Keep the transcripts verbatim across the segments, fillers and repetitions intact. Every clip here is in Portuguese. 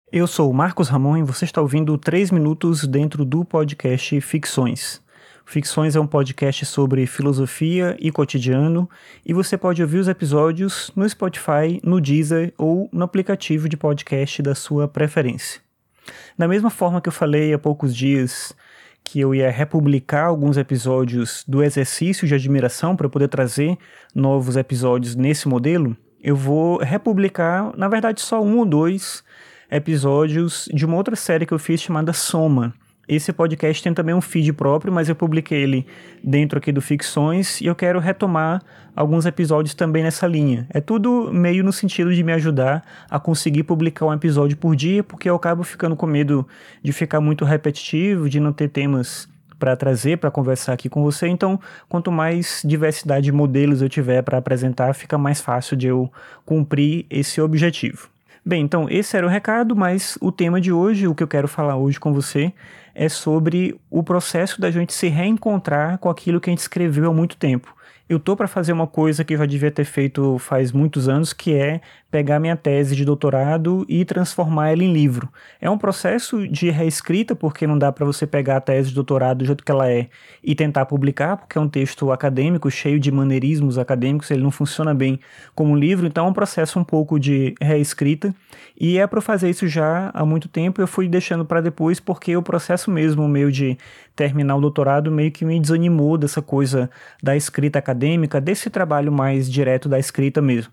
Eu sou o Marcos Ramon e você está ouvindo três minutos dentro do podcast Ficções. Ficções é um podcast sobre filosofia e cotidiano e você pode ouvir os episódios no Spotify, no Deezer ou no aplicativo de podcast da sua preferência. Da mesma forma que eu falei há poucos dias que eu ia republicar alguns episódios do exercício de admiração para poder trazer novos episódios nesse modelo, eu vou republicar, na verdade, só um ou dois episódios de uma outra série que eu fiz chamada Soma. Esse podcast tem também um feed próprio, mas eu publiquei ele dentro aqui do Ficções e eu quero retomar alguns episódios também nessa linha. É tudo meio no sentido de me ajudar a conseguir publicar um episódio por dia, porque eu acabo ficando com medo de ficar muito repetitivo, de não ter temas para trazer, para conversar aqui com você. Então, quanto mais diversidade de modelos eu tiver para apresentar, fica mais fácil de eu cumprir esse objetivo. Bem, então esse era o recado, mas o tema de hoje, o que eu quero falar hoje com você, é sobre o processo da gente se reencontrar com aquilo que a gente escreveu há muito tempo. Eu tô para fazer uma coisa que eu já devia ter feito faz muitos anos, que é pegar minha tese de doutorado e transformar ela em livro. É um processo de reescrita, porque não dá para você pegar a tese de doutorado do jeito que ela é e tentar publicar, porque é um texto acadêmico, cheio de maneirismos acadêmicos, ele não funciona bem como um livro, então é um processo um pouco de reescrita, e é para fazer isso já há muito tempo. Eu fui deixando para depois, porque o processo mesmo, meio de terminar o doutorado, meio que me desanimou dessa coisa da escrita acadêmica, desse trabalho mais direto da escrita mesmo.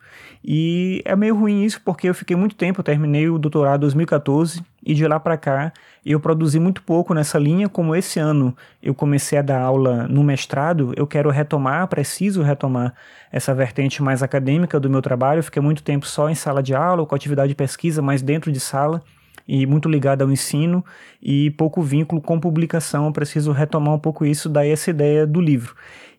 E é meio ruim isso, porque eu fiquei muito tempo, eu terminei o doutorado em dois mil e catorze, e de lá para cá eu produzi muito pouco nessa linha. Como esse ano eu comecei a dar aula no mestrado, eu quero retomar, preciso retomar essa vertente mais acadêmica do meu trabalho. Eu fiquei muito tempo só em sala de aula, com atividade de pesquisa, mas dentro de sala, e muito ligado ao ensino e pouco vínculo com publicação. Eu preciso retomar um pouco isso, daí essa ideia do livro.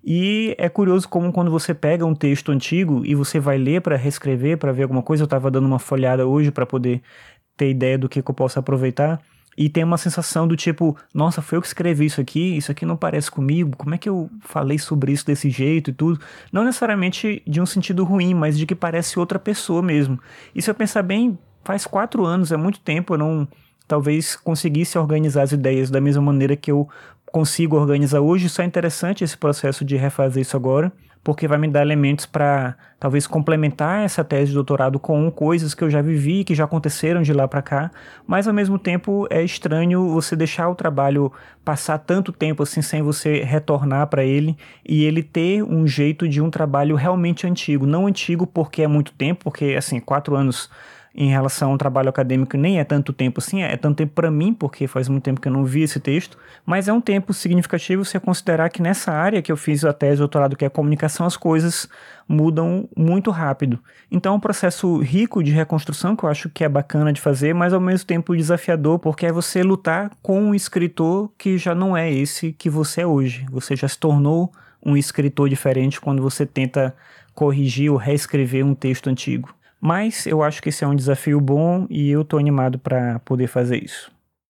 E é curioso como quando você pega um texto antigo e você vai ler para reescrever, para ver alguma coisa. Eu estava dando uma folhada hoje para poder ter ideia do que, que eu posso aproveitar, e tem uma sensação do tipo, nossa, foi eu que escrevi isso aqui, isso aqui não parece comigo, como é que eu falei sobre isso desse jeito e tudo. Não necessariamente de um sentido ruim, mas de que parece outra pessoa mesmo. E se eu pensar bem, faz quatro anos, é muito tempo, eu não talvez conseguisse organizar as ideias da mesma maneira que eu consigo organizar hoje. Só é interessante esse processo de refazer isso agora, porque vai me dar elementos para talvez complementar essa tese de doutorado com coisas que eu já vivi, que já aconteceram de lá para cá, mas ao mesmo tempo é estranho você deixar o trabalho passar tanto tempo assim sem você retornar para ele e ele ter um jeito de um trabalho realmente antigo. Não antigo porque é muito tempo, porque assim, quatro anos em relação ao trabalho acadêmico nem é tanto tempo assim, é tanto tempo para mim, porque faz muito tempo que eu não vi esse texto, mas é um tempo significativo se considerar que nessa área que eu fiz a tese de doutorado, que é a comunicação, as coisas mudam muito rápido. Então é um processo rico de reconstrução que eu acho que é bacana de fazer, mas ao mesmo tempo desafiador, porque é você lutar com um escritor que já não é esse que você é hoje. Você já se tornou um escritor diferente quando você tenta corrigir ou reescrever um texto antigo. Mas eu acho que esse é um desafio bom e eu estou animado para poder fazer isso.